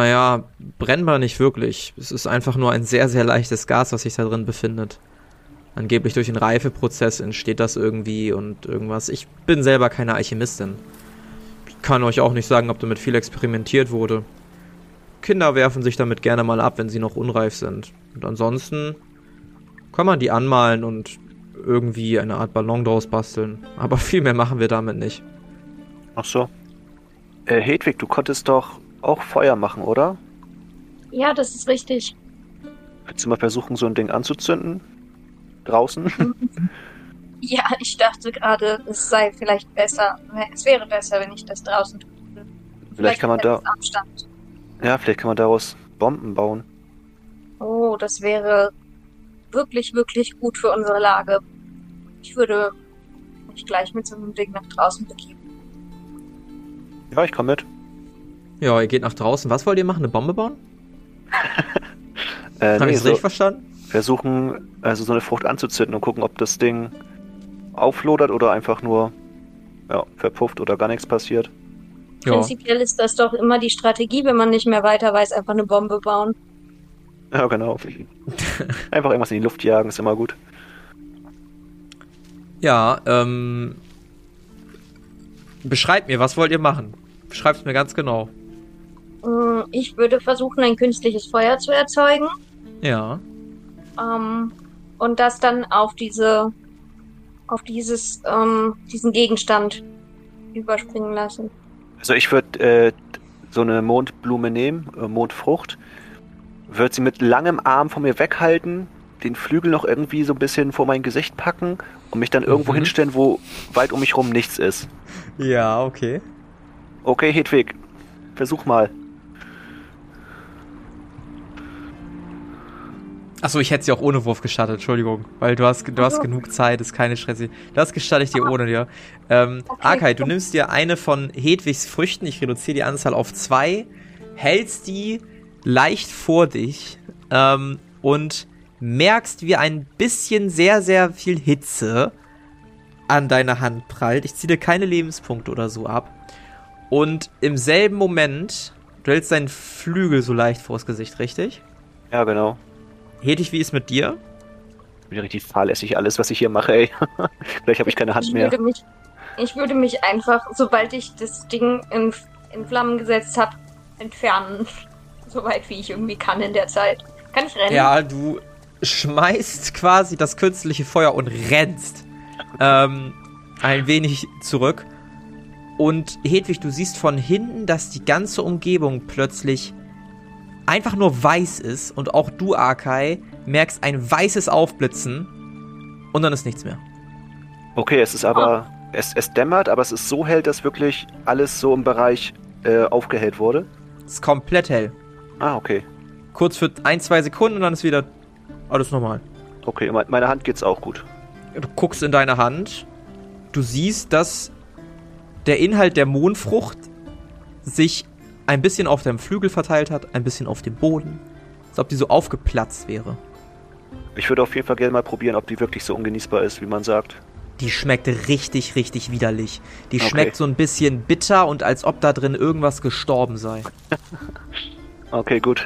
Naja, brennbar nicht wirklich. Es ist einfach nur ein sehr, sehr leichtes Gas, was sich da drin befindet. Angeblich durch den Reifeprozess entsteht das irgendwie und irgendwas. Ich bin selber keine Alchemistin. Ich kann euch auch nicht sagen, ob damit viel experimentiert wurde. Kinder werfen sich damit gerne mal ab, wenn sie noch unreif sind. Und ansonsten kann man die anmalen und irgendwie eine Art Ballon draus basteln. Aber viel mehr machen wir damit nicht. Ach so. Hedwig, du konntest doch auch Feuer machen, oder? Ja, das ist richtig. Willst du mal versuchen, so ein Ding anzuzünden? Draußen? Ja, ich dachte gerade, es sei vielleicht besser. Es wäre besser, wenn ich das draußen tue. Vielleicht kann man da... Abstand. Ja, vielleicht kann man daraus Bomben bauen. Oh, das wäre wirklich, wirklich gut für unsere Lage. Ich würde mich gleich mit so einem Ding nach draußen begeben. Ja, ich komme mit. Ja, ihr geht nach draußen. Was wollt ihr machen? Eine Bombe bauen? Habe Nee, ich das richtig verstanden? versuchen, also so eine Frucht anzuzünden und gucken, ob das Ding auflodert oder einfach nur verpufft oder gar nichts passiert. Ja. Prinzipiell ist das doch immer die Strategie, wenn man nicht mehr weiter weiß, einfach eine Bombe bauen. Ja, genau. Einfach irgendwas in die Luft jagen, ist immer gut. Ja, beschreibt mir, was wollt ihr machen? Beschreibt es mir ganz genau. Ich würde versuchen, ein künstliches Feuer zu erzeugen. Ja. Und das dann auf diesen Gegenstand überspringen lassen. Also ich würde so eine Mondblume nehmen, Mondfrucht, würde sie mit langem Arm von mir weghalten, den Flügel noch irgendwie so ein bisschen vor mein Gesicht packen und mich dann irgendwo hinstellen, wo weit um mich rum nichts ist. Ja, okay. Okay, Hedwig, versuch mal. Achso, ich hätte sie auch ohne Wurf gestattet, Entschuldigung. Weil du hast genug Zeit, ist keine Stress. Das gestatte ich dir ohne dir. Arkai, du nimmst dir eine von Hedwigs Früchten, ich reduziere die Anzahl auf 2, hältst die leicht vor dich und merkst, wie ein bisschen sehr, sehr viel Hitze an deiner Hand prallt. Ich ziehe dir keine Lebenspunkte oder so ab. Und im selben Moment, du hältst deinen Flügel so leicht vors Gesicht, richtig? Ja, genau. Hedwig, wie ist mit dir? Wieder richtig fahrlässig alles, was ich hier mache, ey. Vielleicht habe ich keine Hand mehr. Ich würde mich einfach, sobald ich das Ding in Flammen gesetzt habe, entfernen. Soweit wie ich irgendwie kann in der Zeit. Kann ich rennen? Ja, du schmeißt quasi das künstliche Feuer und rennst ein wenig zurück. Und Hedwig, du siehst von hinten, dass die ganze Umgebung plötzlich einfach nur weiß ist. Und auch du, Arkai, merkst ein weißes Aufblitzen. Und dann ist nichts mehr. Okay, es ist aber... Es dämmert, aber es ist so hell, dass wirklich alles so im Bereich aufgehellt wurde. Es ist komplett hell. Ah, okay. Kurz für 1-2 Sekunden und dann ist wieder alles normal. Okay, meine Hand geht's auch gut. Du guckst in deine Hand. Du siehst, dass der Inhalt der Mondfrucht sich ein bisschen auf deinem Flügel verteilt hat, ein bisschen auf dem Boden. Als ob die so aufgeplatzt wäre. Ich würde auf jeden Fall gerne mal probieren, ob die wirklich so ungenießbar ist, wie man sagt. Die schmeckt richtig, richtig widerlich. Die Okay. schmeckt so ein bisschen bitter und als ob da drin irgendwas gestorben sei. Okay, gut.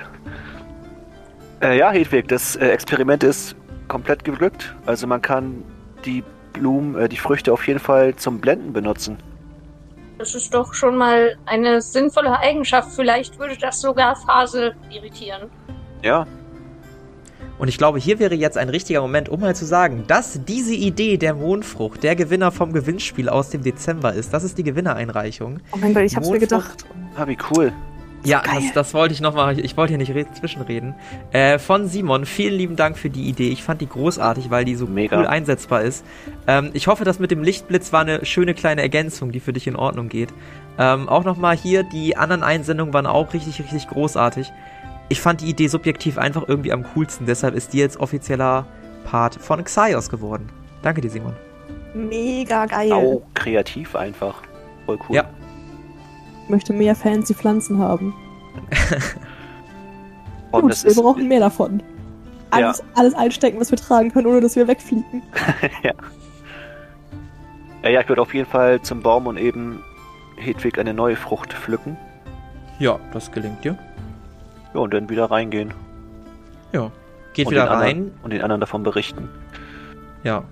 Ja, Hedwig, das Experiment ist komplett geglückt. Also man kann die Blumen, die Früchte auf jeden Fall zum Blenden benutzen. Das ist doch schon mal eine sinnvolle Eigenschaft. Vielleicht würde das sogar Fasel irritieren. Ja, Und ich glaube, hier wäre jetzt ein richtiger Moment, um mal zu sagen, dass diese Idee der Mondfrucht der Gewinner vom Gewinnspiel aus dem Dezember ist. Das ist die Gewinnereinreichung. Oh mein Gott, ich hab's mir Mondfrucht- gedacht. wie cool. Ja, das wollte ich nochmal, ich wollte hier nicht zwischenreden. Von Simon, vielen lieben Dank für die Idee. Ich fand die großartig, weil die so Mega. cool einsetzbar ist. Ich hoffe, das mit dem Lichtblitz war eine schöne kleine Ergänzung, die für dich in Ordnung geht. Auch nochmal hier, die anderen Einsendungen waren auch richtig, richtig großartig. Ich fand die Idee subjektiv einfach irgendwie am coolsten, deshalb ist die jetzt offizieller Part von Xaios geworden. Danke dir, Simon. Mega geil. Sau kreativ einfach. Voll cool. Ja. Ich möchte mehr fancy Pflanzen haben. Und Gut, es wir ist, brauchen mehr davon. Alles einstecken, was wir tragen können, ohne dass wir wegfliegen. ja, ich würde auf jeden Fall zum Baum und eben Hedwig eine neue Frucht pflücken. Ja, das gelingt dir. Ja, und dann wieder reingehen. Ja. Geht Und wieder den rein. Anderen, und den anderen davon berichten. Ja.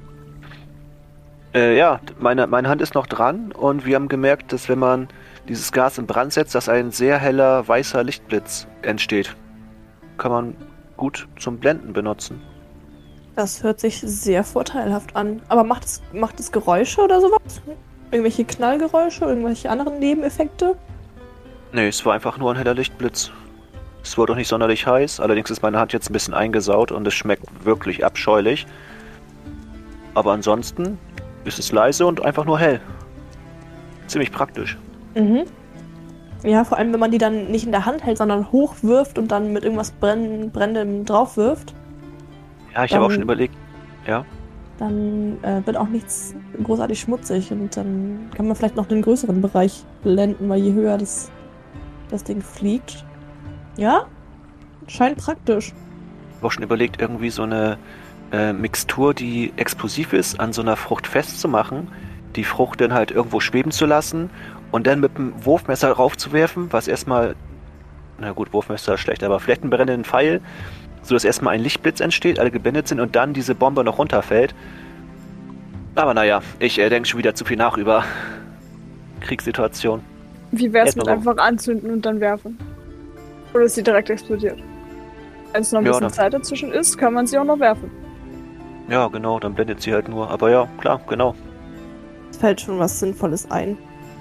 Ja, meine Hand ist noch dran und wir haben gemerkt, dass wenn man dieses Gas in Brand setzt, dass ein sehr heller weißer Lichtblitz entsteht. Kann man gut zum Blenden benutzen. Das hört sich sehr vorteilhaft an. Aber macht es Geräusche oder sowas? Irgendwelche Knallgeräusche, irgendwelche anderen Nebeneffekte? Nee, es war einfach nur ein heller Lichtblitz. Es wurde auch nicht sonderlich heiß, allerdings ist meine Hand jetzt ein bisschen eingesaut und es schmeckt wirklich abscheulich. Aber ansonsten ist es leise und einfach nur hell. Ziemlich praktisch. Mhm. Ja, vor allem, wenn man die dann nicht in der Hand hält, sondern hochwirft und dann mit irgendwas Brennendem draufwirft, Ja, ich habe auch schon überlegt. Ja, dann wird auch nichts großartig schmutzig und dann kann man vielleicht noch den größeren Bereich blenden, weil je höher das Ding fliegt. Ja, scheint praktisch. ich habe auch schon überlegt, irgendwie so eine Mixtur, die explosiv ist, an so einer Frucht festzumachen, die Frucht dann halt irgendwo schweben zu lassen und dann mit dem Wurfmesser raufzuwerfen, was erstmal, na gut, Wurfmesser ist schlecht, aber vielleicht einen brennenden Pfeil, sodass erstmal ein Lichtblitz entsteht, alle geblendet sind und dann diese Bombe noch runterfällt. Aber naja, ich denke schon wieder zu viel nach über Kriegssituation. Wie wär's mit Erstmal einfach anzünden und dann werfen? Oder ist sie direkt explodiert? Wenn es noch ein Ja, bisschen dann- Zeit dazwischen ist, kann man sie auch noch werfen. Ja, genau, dann blendet sie halt nur. Aber ja, klar, genau. Es fällt schon was Sinnvolles ein.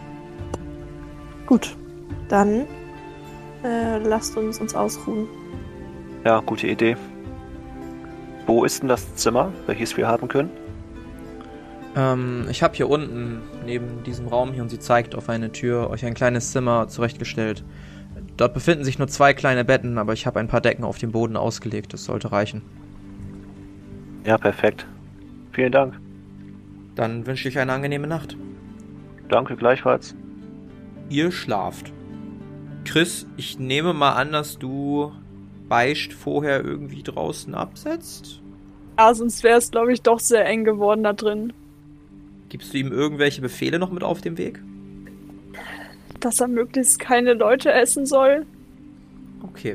Gut, dann lasst uns ausruhen. Ja, gute Idee. Wo ist denn das Zimmer, welches wir haben können? Ich habe hier unten, neben diesem Raum hier, und sie zeigt auf eine Tür, euch ein kleines Zimmer zurechtgestellt. Dort befinden sich nur 2 kleine Betten, aber ich habe ein paar Decken auf dem Boden ausgelegt. Das sollte reichen. Ja, perfekt. Vielen Dank. Dann wünsche ich euch eine angenehme Nacht. Danke gleichfalls. Ihr schlaft. Chris, ich nehme mal an, dass du Beicht vorher irgendwie draußen absetzt. Ja, sonst wäre es, glaube ich, doch sehr eng geworden da drin. Gibst du ihm irgendwelche Befehle noch mit auf dem Weg? Dass er möglichst keine Leute essen soll. Okay.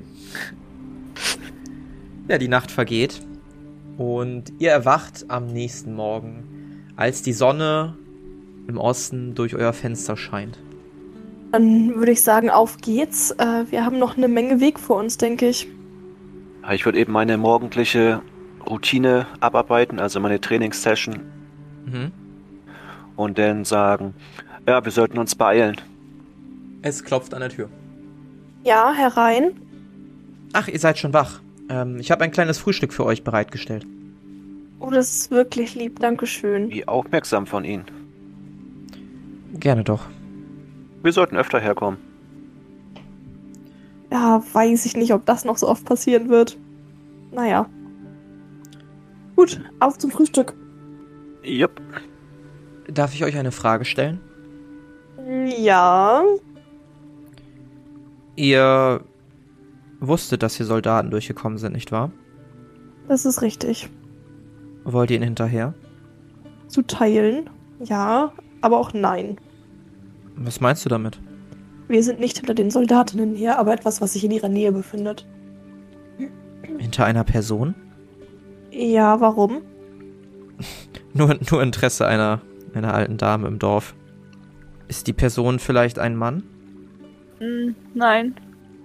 Ja, die Nacht vergeht und ihr erwacht am nächsten Morgen, als die Sonne im Osten durch euer Fenster scheint. Dann würde ich sagen, auf geht's. Wir haben noch eine Menge Weg vor uns, denke ich. Ja, ich würde eben meine morgendliche Routine abarbeiten, also meine Trainingssession, Mhm. und dann sagen, ja, wir sollten uns beeilen. Es klopft an der Tür. Ja, herein. Ach, ihr seid schon wach. Ich habe ein kleines Frühstück für euch bereitgestellt. Oh, das ist wirklich lieb. Dankeschön. Wie aufmerksam von Ihnen. Gerne doch. Wir sollten öfter herkommen. Ja, weiß ich nicht, ob das noch so oft passieren wird. Naja. Gut, auf zum Frühstück. Jupp. Darf ich euch eine Frage stellen? Ja. Ihr wusstet, dass hier Soldaten durchgekommen sind, nicht wahr? Das ist richtig. Wollt ihr ihn hinterher? Zu teilen. Ja, aber auch nein. Was meinst du damit? Wir sind nicht hinter den Soldatinnen her, aber etwas, was sich in ihrer Nähe befindet. Hinter einer Person? Ja, warum? Nur Interesse einer alten Dame im Dorf. Ist die Person vielleicht ein Mann? Nein.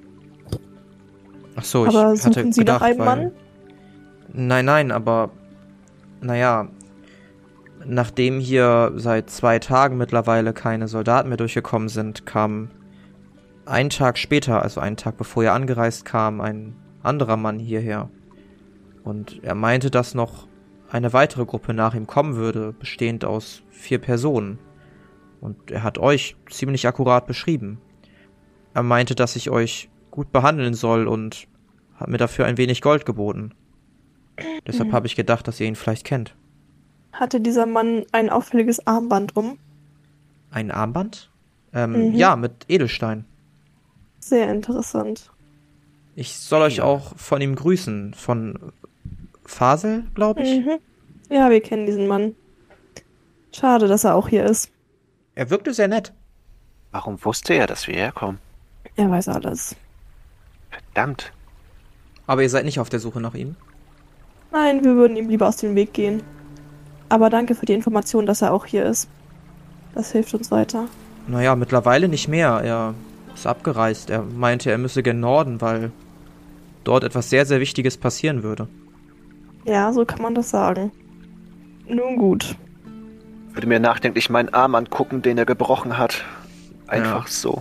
Ach so, ich Aber hatte suchen Sie gedacht, doch einen weil... Mann? Nein, aber... Naja... Nachdem hier seit 2 Tagen mittlerweile keine Soldaten mehr durchgekommen sind, kam einen Tag später, also einen Tag bevor ihr angereist kam, ein anderer Mann hierher. Und er meinte, dass noch eine weitere Gruppe nach ihm kommen würde, bestehend aus 4 Personen. Und er hat euch ziemlich akkurat beschrieben. Er meinte, dass ich euch gut behandeln soll und hat mir dafür ein wenig Gold geboten. Deshalb habe ich gedacht, dass ihr ihn vielleicht kennt. Hatte dieser Mann ein auffälliges Armband um? Ein Armband? Ja, mit Edelstein. Sehr interessant. Ich soll euch auch von ihm grüßen. Von Fasel, glaube ich. Mhm. Ja, wir kennen diesen Mann. Schade, dass er auch hier ist. Er wirkte sehr nett. Warum wusste er, dass wir herkommen? Er weiß alles. Verdammt. Aber ihr seid nicht auf der Suche nach ihm? Nein, wir würden ihm lieber aus dem Weg gehen. Aber danke für die Information, dass er auch hier ist. Das hilft uns weiter. Naja, mittlerweile nicht mehr. Er ist abgereist. Er meinte, er müsse gen Norden, weil dort etwas sehr, sehr Wichtiges passieren würde. Ja, so kann man das sagen. Nun gut. Würde mir nachdenklich meinen Arm angucken, den er gebrochen hat. Einfach so.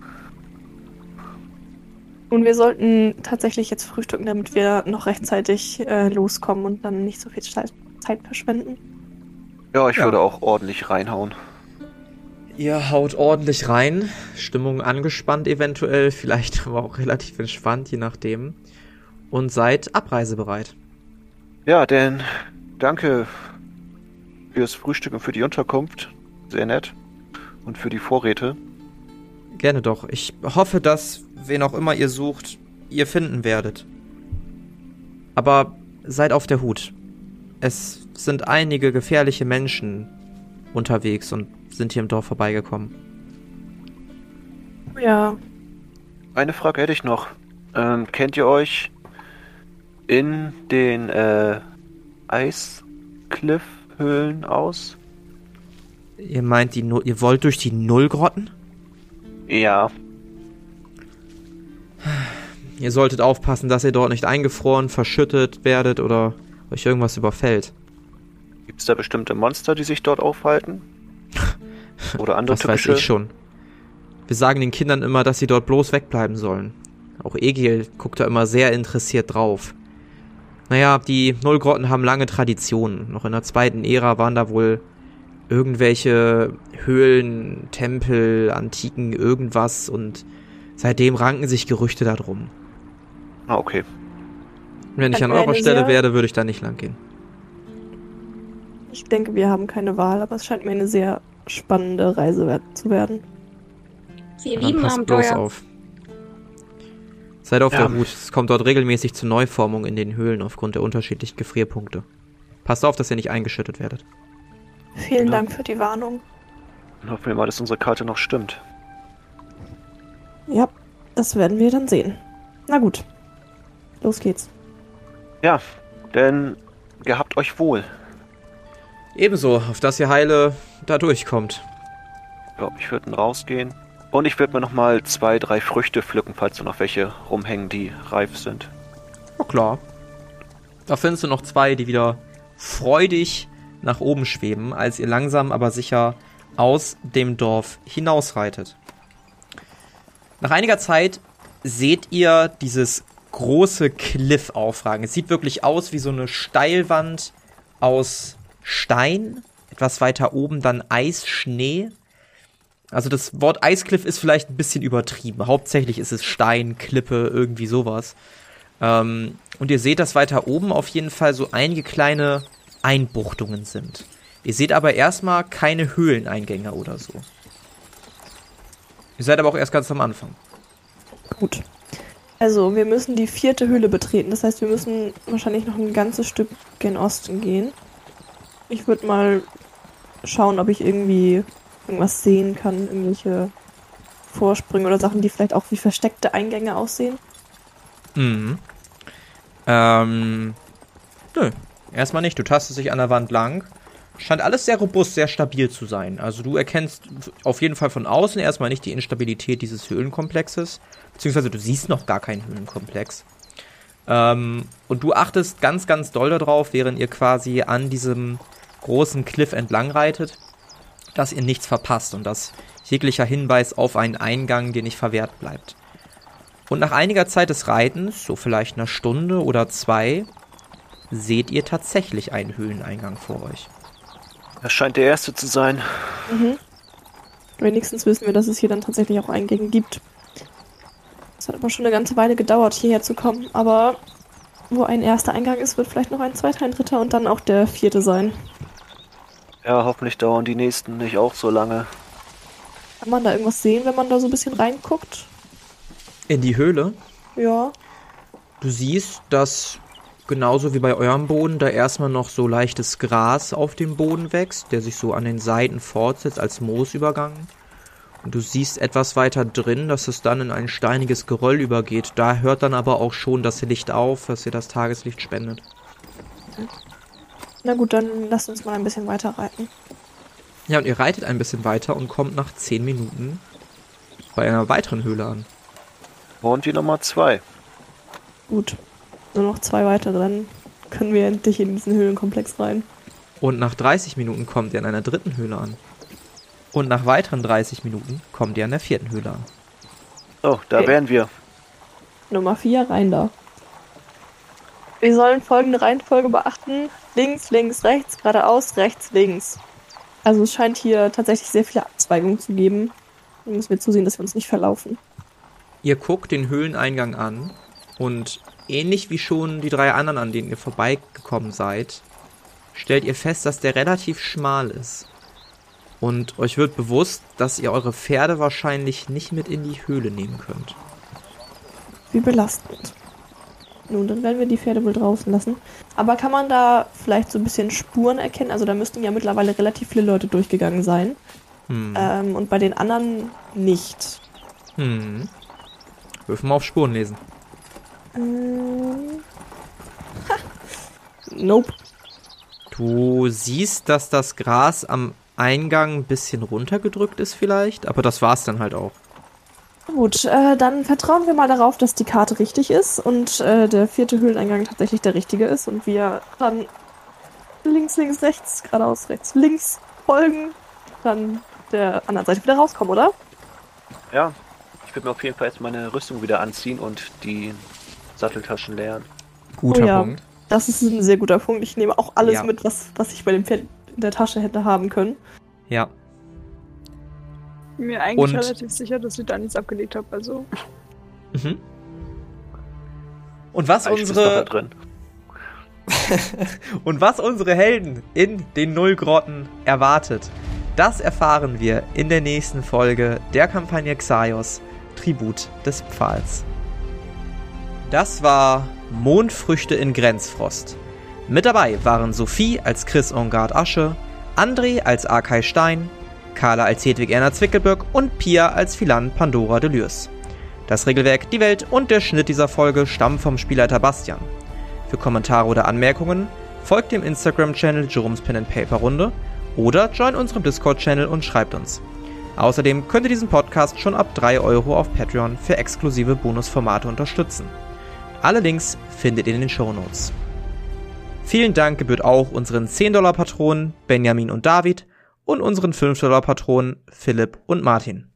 Und wir sollten tatsächlich jetzt frühstücken, damit wir noch rechtzeitig loskommen und dann nicht so viel Zeit verschwenden. Ja, ich würde auch ordentlich reinhauen. Ihr haut ordentlich rein. Stimmung angespannt eventuell, vielleicht aber auch relativ entspannt, je nachdem. Und seid abreisebereit. Ja, denn danke fürs Frühstück und für die Unterkunft. Sehr nett. Und für die Vorräte. Gerne doch. Ich hoffe, dass, wen auch immer ihr sucht, ihr finden werdet. Aber seid auf der Hut. Es sind einige gefährliche Menschen unterwegs und sind hier im Dorf vorbeigekommen. Ja. Eine Frage hätte ich noch. Kennt ihr euch in den Eiscliff-Höhlen aus? Ihr meint, ihr wollt durch die Nullgrotten? Ja. Ihr solltet aufpassen, dass ihr dort nicht eingefroren, verschüttet werdet oder euch irgendwas überfällt. Gibt es da bestimmte Monster, die sich dort aufhalten? Oder andere Das weiß ich schon. Wir sagen den Kindern immer, dass sie dort bloß wegbleiben sollen. Auch Egil guckt da immer sehr interessiert drauf. Naja, die Nullgrotten haben lange Traditionen. Noch in der 2. Ära waren da wohl irgendwelche Höhlen, Tempel, Antiken, irgendwas und seitdem ranken sich Gerüchte darum. Ah, okay. Wenn ich an eurer Stelle wäre, würde ich da nicht lang gehen. Ich denke, wir haben keine Wahl, aber es scheint mir eine sehr spannende Reise zu werden. Wir Dann lieben passt bloß Abenteuer. auf. Seid auf der Hut. Es kommt dort regelmäßig zu Neuformungen in den Höhlen aufgrund der unterschiedlichen Gefrierpunkte. Passt auf, dass ihr nicht eingeschüttet werdet. Vielen Dank für die Warnung. Dann hoffen wir mal, dass unsere Karte noch stimmt. Ja, das werden wir dann sehen. Na gut. Los geht's. Ja, denn gehabt euch wohl. Ebenso, auf dass ihr heile da durchkommt. Ich glaube, ich würde dann rausgehen. Und ich würde mir nochmal 2, 3 Früchte pflücken, falls da noch welche rumhängen, die reif sind. Ja klar. Da findest du noch 2, die wieder freudig nach oben schweben, als ihr langsam aber sicher aus dem Dorf hinausreitet. Nach einiger Zeit seht ihr dieses große Cliff aufragen. Es sieht wirklich aus wie so eine Steilwand aus Stein. Etwas weiter oben dann Eis, Schnee. Also das Wort Eiscliff ist vielleicht ein bisschen übertrieben. Hauptsächlich ist es Stein, Klippe, irgendwie sowas. Und ihr seht, dass weiter oben auf jeden Fall so einige kleine Einbuchtungen sind. Ihr seht aber erstmal keine Höhleneingänge oder so. Ihr seid aber auch erst ganz am Anfang. Gut. Also, wir müssen die 4. Höhle betreten. Das heißt, wir müssen wahrscheinlich noch ein ganzes Stück gen Osten gehen. Ich würde mal schauen, ob ich irgendwie irgendwas sehen kann. Irgendwelche Vorsprünge oder Sachen, die vielleicht auch wie versteckte Eingänge aussehen. Mhm. Nö. Erstmal nicht. Du tastest dich an der Wand lang. Scheint alles sehr robust, sehr stabil zu sein. Also du erkennst auf jeden Fall von außen erstmal nicht die Instabilität dieses Höhlenkomplexes. Beziehungsweise du siehst noch gar keinen Höhlenkomplex. Und du achtest ganz, ganz doll darauf, während ihr quasi an diesem großen Cliff entlang reitet, dass ihr nichts verpasst und dass jeglicher Hinweis auf einen Eingang dir nicht verwehrt bleibt. Und nach einiger Zeit des Reitens, so vielleicht einer Stunde oder 2, seht ihr tatsächlich einen Höhleneingang vor euch. Das scheint der erste zu sein. Mhm. Wenigstens wissen wir, dass es hier dann tatsächlich auch Eingänge gibt. Es hat aber schon eine ganze Weile gedauert, hierher zu kommen. Aber wo ein erster Eingang ist, wird vielleicht noch ein zweiter, ein dritter und dann auch der 4. sein. Ja, hoffentlich dauern die nächsten nicht auch so lange. Kann man da irgendwas sehen, wenn man da so ein bisschen reinguckt? In die Höhle? Ja. Du siehst, dass genauso wie bei eurem Boden da erstmal noch so leichtes Gras auf dem Boden wächst, der sich so an den Seiten fortsetzt als Moosübergang. Und du siehst etwas weiter drin, dass es dann in ein steiniges Geröll übergeht. Da hört dann aber auch schon das Licht auf, was dir das Tageslicht spendet. Na gut, dann lasst uns mal ein bisschen weiter reiten. Ja, und ihr reitet ein bisschen weiter und kommt nach 10 Minuten bei einer weiteren Höhle an. Und die Nummer 2. Gut. Nur noch 2 weitere, dann können wir endlich in diesen Höhlenkomplex rein. Und nach 30 Minuten kommt ihr an einer dritten Höhle an. Und nach weiteren 30 Minuten kommt ihr an der vierten Höhle an. Oh, da Okay. wären wir. Nummer 4, rein da. Wir sollen folgende Reihenfolge beachten. Links, links, rechts, geradeaus, rechts, links. Also es scheint hier tatsächlich sehr viele Abzweigungen zu geben. Da müssen wir zusehen, dass wir uns nicht verlaufen. Ihr guckt den Höhleneingang an und ähnlich wie schon die 3 anderen, an denen ihr vorbeigekommen seid, stellt ihr fest, dass der relativ schmal ist. Und euch wird bewusst, dass ihr eure Pferde wahrscheinlich nicht mit in die Höhle nehmen könnt. Wie belastend. Nun, dann werden wir die Pferde wohl draußen lassen. Aber kann man da vielleicht so ein bisschen Spuren erkennen? Also da müssten ja mittlerweile relativ viele Leute durchgegangen sein. Und bei den anderen nicht. Würfen wir auf Spuren lesen. Nope. Du siehst, dass das Gras am Eingang ein bisschen runtergedrückt ist vielleicht, aber das war's dann halt auch. Gut, dann vertrauen wir mal darauf, dass die Karte richtig ist und der 4. Höhleneingang tatsächlich der richtige ist und wir dann links, links, rechts, geradeaus, rechts, links folgen, dann der anderen Seite wieder rauskommen, oder? Ja, ich würde mir auf jeden Fall jetzt meine Rüstung wieder anziehen und die Satteltaschen leeren. Guter Oh ja. Punkt. Das ist ein sehr guter Punkt. Ich nehme auch alles Ja. mit, was ich bei dem Pferd in der Tasche hätte haben können. Ja. Bin mir eigentlich Und- relativ sicher, dass ich da nichts abgelegt habe. Also, Mhm. Und was Ich bin da unsere drin. und was unsere Helden in den Nullgrotten erwartet, das erfahren wir in der nächsten Folge der Kampagne Xaios, Tribut des Pfahls. Das war Mondfrüchte in Grenzfrost. Mit dabei waren Sophie als Chris Ongard Asche, André als Arkay Stein, Carla als Hedwig Erna Zwickelböck und Pia als Philan Pandora Delürs. Das Regelwerk, die Welt und der Schnitt dieser Folge stammen vom Spielleiter Bastian. Für Kommentare oder Anmerkungen folgt dem Instagram-Channel Jerome's Pen and Paper Runde oder join unserem Discord-Channel und schreibt uns. Außerdem könnt ihr diesen Podcast schon ab 3 € auf Patreon für exklusive Bonusformate unterstützen. Alle Links findet ihr in den Shownotes. Vielen Dank gebührt auch unseren 10-$-Patronen Benjamin und David und unseren 5-$-Patronen Philipp und Martin.